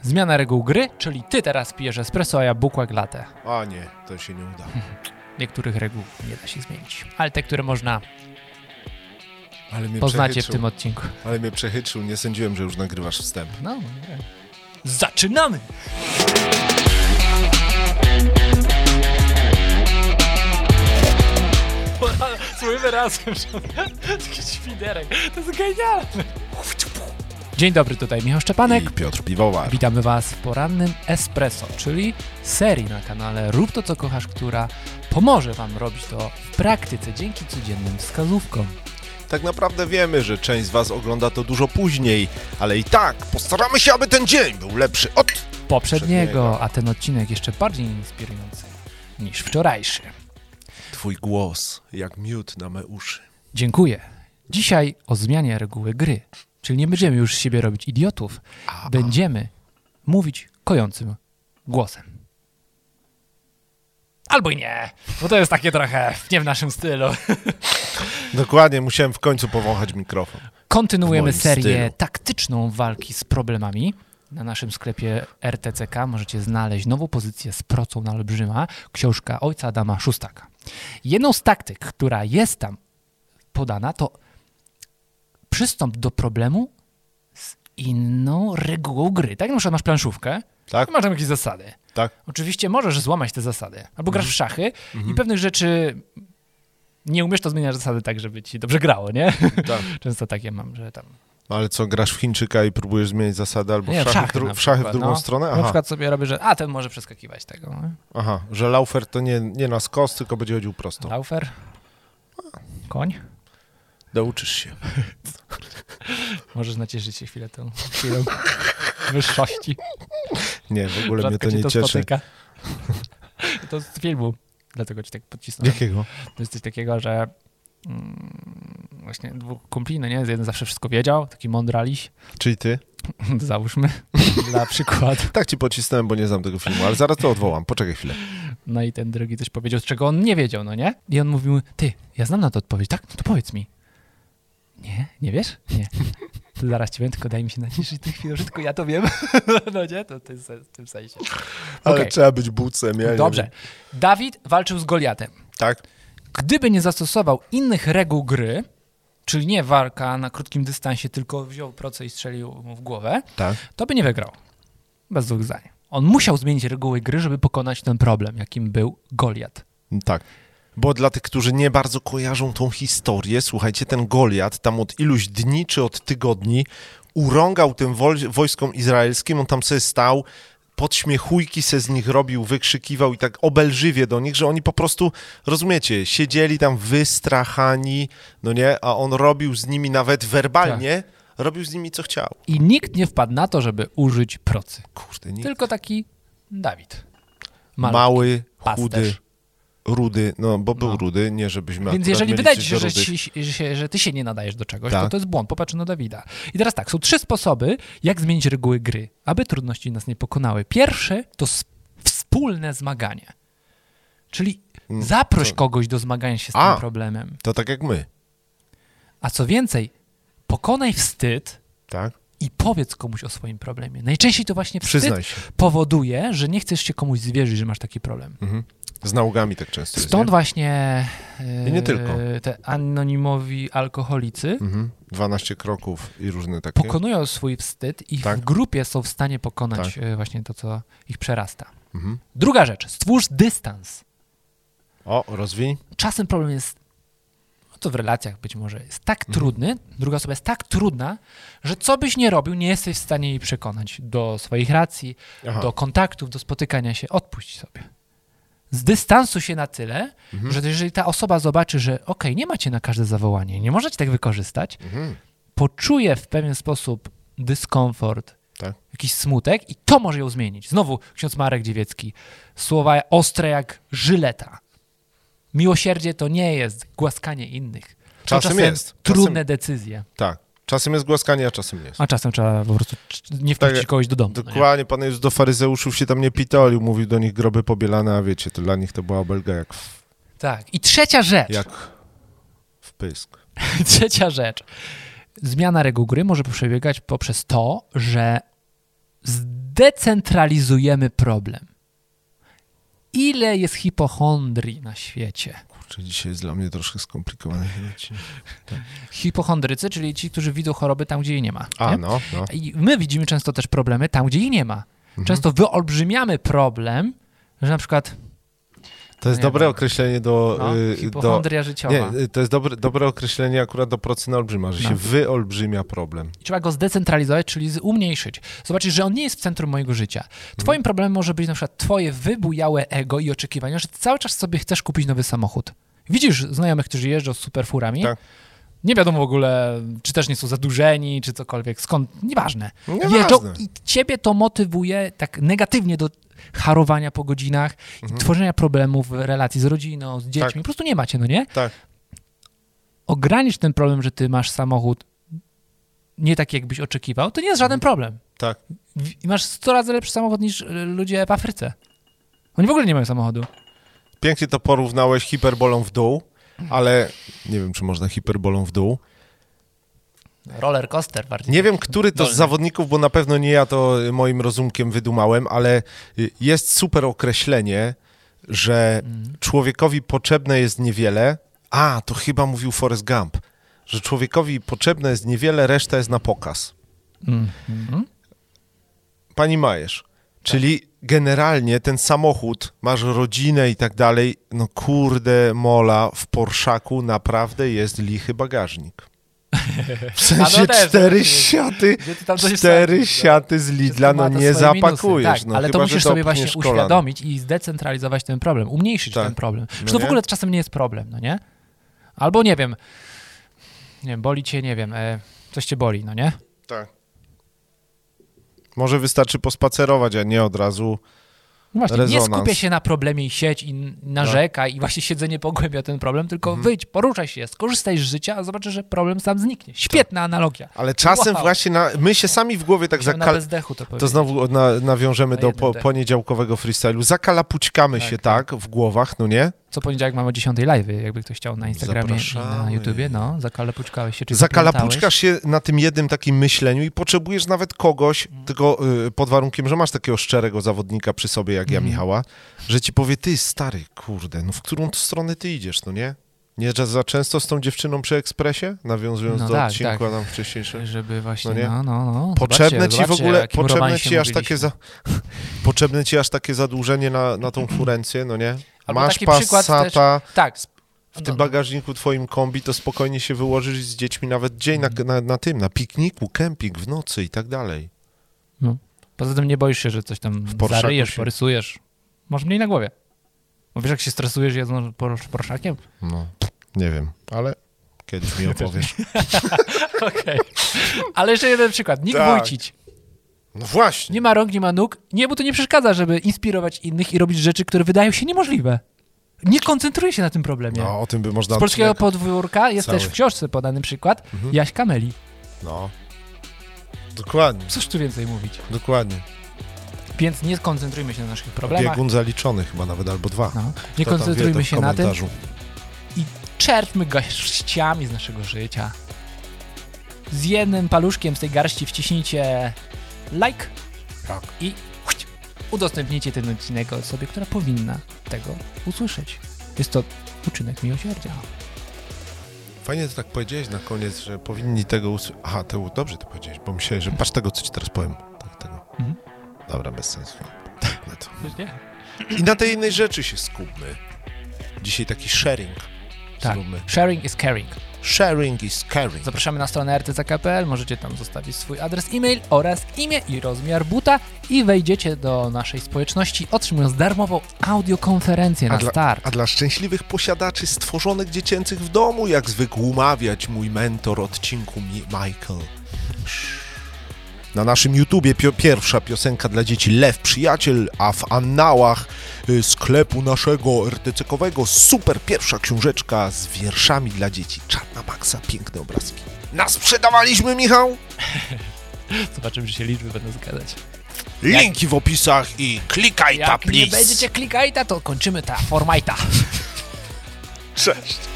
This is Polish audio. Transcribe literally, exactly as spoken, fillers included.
Zmiana reguł gry, czyli ty teraz pijesz espresso, a ja bukłak latte. A nie, to się nie uda. Niektórych reguł nie da się zmienić, ale te, które można, Ale mnie poznacie w przechytrzył. tym odcinku. Ale mnie przechytrzył, nie sądziłem, że już nagrywasz wstęp. No, nie. Zaczynamy! Słyszymy razem, taki świderek, to jest genialne. Dzień dobry, tutaj Michał Szczepanek. I Piotr Piwowar. Witamy Was w porannym Espresso, czyli serii na kanale Rób to, co kochasz, która pomoże Wam robić to w praktyce dzięki codziennym wskazówkom. Tak naprawdę wiemy, że część z Was ogląda to dużo później, ale i tak postaramy się, aby ten dzień był lepszy od Poprzedniego, poprzedniego. a ten odcinek jeszcze bardziej inspirujący niż wczorajszy. Twój głos jak miód na me uszy. Dziękuję. Dzisiaj o zmianie reguły gry, czyli nie będziemy już z siebie robić idiotów, A, będziemy mówić kojącym głosem. Albo i nie, bo to jest takie trochę nie w naszym stylu. Dokładnie, musiałem w końcu powąchać mikrofon. Kontynuujemy W moim serię stylu. taktyczną walki z problemami. Na naszym sklepie R T C K możecie znaleźć nową pozycję z procą na olbrzyma, książka ojca Adama Szustaka. Jedną z taktyk, która jest tam podana, to przystąp do problemu z inną regułą gry. Tak, na przykład masz planszówkę Tak? i masz tam jakieś zasady. Tak? Oczywiście możesz złamać te zasady, albo grasz w szachy Mhm. i pewnych rzeczy nie umiesz, to zmieniasz zasady tak, żeby ci dobrze grało, nie? Tak. Często takie mam, że tam... Ale co, grasz w Chińczyka i próbujesz zmienić zasady albo Nie, w szachy, w, szachy dru- na w, szachy w przykład, drugą no. stronę? Na Aha. przykład sobie robię, że a, ten może przeskakiwać tego. Nie? Aha, że laufer to nie, nie na skos, tylko będzie chodził prosto. Laufer, koń. Douczysz się. Możesz nacieszyć się chwilę tą chwilą wyższości. Nie, w ogóle mnie Rzadko to cię nie to cieszy. spotyka. To z filmu, dlatego ci tak podcisnąłem. Jakiego? To jest coś takiego, że mm, właśnie dwóch kumpli, no nie, jeden zawsze wszystko wiedział, taki mądraliś, Czyli ty? załóżmy, dla przykładu. Tak ci pocisnąłem, bo nie znam tego filmu, ale zaraz to odwołam. Poczekaj chwilę. No i ten drugi coś powiedział, z czego on nie wiedział, no nie? I on mówił, ty, ja znam na to odpowiedź, tak? No to powiedz mi. Nie? Nie wiesz? Nie. To zaraz ci powiem, tylko daj mi się naciszyć tę chwilę, że tylko ja to wiem. No nie? To, to jest w tym sensie. Ale Okej. trzeba być bucem, ja nie Dobrze. wiem. Dawid walczył z Goliatem. Tak? Gdyby nie zastosował innych reguł gry, czyli nie walka na krótkim dystansie, tylko wziął proce i strzelił mu w głowę, Tak. to by nie wygrał. Bez dwóch zdań. On musiał zmienić reguły gry, żeby pokonać ten problem, jakim był Goliat. Tak. Bo dla tych, którzy nie bardzo kojarzą tą historię, słuchajcie, ten Goliat tam od iluś dni czy od tygodni urągał tym woj- wojskom izraelskim, on tam sobie stał, podśmiechujki se z nich robił, wykrzykiwał i tak obelżywie do nich, że oni po prostu, rozumiecie, siedzieli tam wystrachani, no nie, a on robił z nimi nawet werbalnie, robił z nimi co chciał. I nikt nie wpadł na to, żeby użyć procy. Kurde, nie. Tylko taki Dawid. Malutki. Mały, pasterz. chudy, rudy, no bo był No. rudy, nie żebyśmy Więc akurat jeżeli mieli wydaje coś ci się do że, rudych. ci, że, się, że ty się nie nadajesz do czegoś, to Tak. to jest błąd. Popatrz na Dawida. I teraz tak, są trzy sposoby, jak zmienić reguły gry, aby trudności nas nie pokonały. Pierwszy to sp- wspólne zmaganie. Czyli Mm, zaproś co? kogoś do zmagania się z A. tym problemem. To tak jak my, A co więcej, pokonaj wstyd tak? i powiedz komuś o swoim problemie. Najczęściej to właśnie wstyd Przyznaj się. powoduje, że nie chcesz się komuś zwierzyć, że masz taki problem. Mhm. Z nałogami tak często jest, Stąd nie? właśnie I nie tylko. e, te anonimowi alkoholicy Mhm. dwanaście kroków i różne takie. pokonują swój wstyd i Tak. w grupie są w stanie pokonać Tak. e, właśnie to, co ich przerasta. Mhm. Druga rzecz, stwórz dystans. O, rozwij. Czasem problem jest, no to w relacjach być może, jest tak Mhm. trudny, druga osoba jest tak trudna, że co byś nie robił, nie jesteś w stanie jej przekonać do swoich racji, Aha. do kontaktów, do spotykania się. Odpuść sobie. Zdystansuj się na tyle, Mhm. że jeżeli ta osoba zobaczy, że okej, nie macie na każde zawołanie, nie możecie tak wykorzystać, Mhm. poczuje w pewien sposób dyskomfort, Tak. jakiś smutek i to może ją zmienić. Znowu ksiądz Marek Dziewiecki. Słowa ostre jak żyleta. Miłosierdzie to nie jest głaskanie innych. To Czasem jest. trudne Czasem- decyzje. Tak. Czasem jest głaskanie, a czasem nie jest. A czasem trzeba po prostu nie wpuścić Tak, kogoś do domu. no nie? Dokładnie, Pan Jezus do faryzeuszów się tam nie pitolił, mówił do nich groby pobielane, a wiecie, to dla nich to była obelga jak w, Tak. I trzecia rzecz. jak w pysk. Trzecia rzecz. Zmiana reguł gry może przebiegać poprzez to, że zdecentralizujemy problem. Ile jest hipochondrii na świecie? Kurczę, dzisiaj jest dla mnie troszkę skomplikowane. Tak. Hipochondrycy, czyli ci, którzy widzą choroby tam, gdzie jej nie ma. A, nie? no, no. I my widzimy często też problemy tam, gdzie jej nie ma. Mhm. Często wyolbrzymiamy problem, że na przykład... To jest nie dobre wiem. określenie do... No, y, hipochondria do życiowa. Nie, to jest dobre, dobre określenie akurat do procena olbrzyma, że No. się wyolbrzymia problem. Trzeba go zdecentralizować, czyli z- umniejszyć. Zobaczyć, że on nie jest w centrum mojego życia. Twoim problemem może być na przykład twoje wybujałe ego i oczekiwania, że ty cały czas sobie chcesz kupić nowy samochód. Widzisz znajomych, którzy jeżdżą z superfurami? Tak. Nie wiadomo w ogóle, czy też nie są zadłużeni, czy cokolwiek, skąd, nieważne. Nieważne. Jeżdżą i ciebie to motywuje tak negatywnie do harowania po godzinach i tworzenia problemów w relacji z rodziną, z dziećmi. Tak. Po prostu nie macie, no nie? Tak. Ogranicz ten problem, że ty masz samochód nie taki, jakbyś oczekiwał, to nie jest żaden problem. Tak. W- I masz sto razy lepszy samochód niż y, ludzie w Afryce. Oni w ogóle nie mają samochodu. Pięknie to porównałeś hiperbolą w dół, ale nie wiem, czy można hiperbolą w dół. Roller coaster bardziej. Nie wiem, który to z Dolny. zawodników, bo na pewno nie ja to moim rozumkiem wydumałem, ale jest super określenie, że człowiekowi potrzebne jest niewiele. A, to chyba mówił Forrest Gump, że człowiekowi potrzebne jest niewiele, reszta jest na pokaz. Mm. Mhm. Pani Majesz, czyli generalnie ten samochód, masz rodzinę i tak dalej, no kurde mola, w Porszaku naprawdę jest lichy bagażnik. W sensie no też, cztery no, siaty, Gdzie ty tam coś cztery wsadzisz, siaty z Lidla, Wszystko no ma to nie swoje minusy. zapakujesz. Tak, no, ale chyba, to musisz że sobie właśnie dopchniesz kolan. uświadomić i zdecentralizować ten problem, umniejszyć Tak. ten problem. Że No to w nie? ogóle czasem nie jest problem, no nie? Albo nie wiem, nie wiem, boli cię, nie wiem, e, coś cię boli, no nie? Tak. Może wystarczy pospacerować, a nie od razu. No właśnie, Rezonans. nie skupię się na problemie i siedź i narzekaj i właśnie siedzenie pogłębia ten problem, tylko Mhm. wyjdź, poruszaj się, skorzystaj z życia, a zobaczysz, że problem sam zniknie. Świetna analogia. Ale czasem Wow. właśnie na, my się sami w głowie tak Musiałem na zakal... bezdechu to To powiedzieć. znowu na, nawiążemy Na do jednym po, dechu. poniedziałkowego freestylu. Zakalapućkamy Tak, się tak. tak w głowach, no nie? Co poniedziałek mamy o dziesiątej live, jakby ktoś chciał na Instagramie i na Zapraszamy. YouTubie, no, zakalapućkałeś się, czy Zakalapućkasz się na tym jednym takim myśleniu i potrzebujesz nawet kogoś, Mhm. tylko y, pod warunkiem, że masz takiego szczerego zawodnika przy sobie, jak ja, Mhm. Michała, że ci powie, ty stary, kurde, no w którą to stronę ty idziesz, no nie? Nie że za często z tą dziewczyną przy ekspresie, nawiązując No do tak, odcinku tak. nam wcześniejszego. Żeby właśnie, No nie? no, no, no. Potrzebne Zobaczcie, ci w zobaczcie, ogóle, o jakim potrzebne romansie ci aż takie mówiliśmy. za, potrzebne ci aż takie zadłużenie na, na tą furencję, no nie? Albo Masz taki przykład Passata, Tak. w tym bagażniku twoim kombi, to spokojnie się wyłożysz z dziećmi nawet dzień na, na, na tym, na pikniku, kemping w nocy i tak dalej. No. Poza tym nie boisz się, że coś tam Porszaku zaryjesz, się- porysujesz. Masz mniej na głowie. Bo wiesz, jak się stresujesz jedząc por- porszakiem? No, nie wiem, ale kiedyś mi opowiesz. Okej. Ale jeszcze jeden przykład. Nick Tak. Wójcić. No właśnie. Nie ma rąk, nie ma nóg. Nie, bo to nie przeszkadza, żeby inspirować innych i robić rzeczy, które wydają się niemożliwe. Nie koncentruje się na tym problemie. No, o tym by można... Z polskiego odcinek- podwórka jest cały. też w książce podany przykład Mhm. Jaś Kameli. No. Dokładnie, Cóż tu więcej mówić? dokładnie. Więc nie koncentrujmy się na naszych problemach. Biegun zaliczony chyba nawet, albo dwa. No. Nie Kto tam wie, koncentrujmy to w się na tym komentarzu. i czerpmy garściami z naszego życia. Z jednym paluszkiem z tej garści wciśnijcie like Tak. i chuć, udostępnijcie ten odcinek osobie, która powinna tego usłyszeć. Jest to uczynek miłosierdzia. Fajnie to tak powiedziałeś na koniec, że powinni tego usłyszeć. Aha, to dobrze to powiedziałeś, bo myślałem, że patrz tego, co ci teraz powiem. Tak, tego. Mhm. Dobra, bez sensu. Na to. Nie? I na tej jednej rzeczy się skupmy. Dzisiaj taki sharing Tak. zróbmy. Sharing is caring. Sharing is caring. Zapraszamy na stronę r t c kropka p l, możecie tam zostawić swój adres e-mail oraz imię i rozmiar buta i wejdziecie do naszej społeczności, otrzymując darmową audiokonferencję na dla, start. a dla szczęśliwych posiadaczy stworzonych dziecięcych w domu, jak zwykł mawiać mój mentor odcinku mi Michael. Na naszym YouTubie pio- pierwsza piosenka dla dzieci Lew Przyjaciel, a w annałach y, sklepu naszego er te ce kowego super pierwsza książeczka z wierszami dla dzieci. Czarna Maxa, piękne obrazki. Nasprzedawaliśmy, Michał? Zobaczymy, czy się liczby będą zgadzać. Linki w opisach i klikaj ta, Jak nie please. będziecie klikajta, to kończymy ta formajta. Cześć.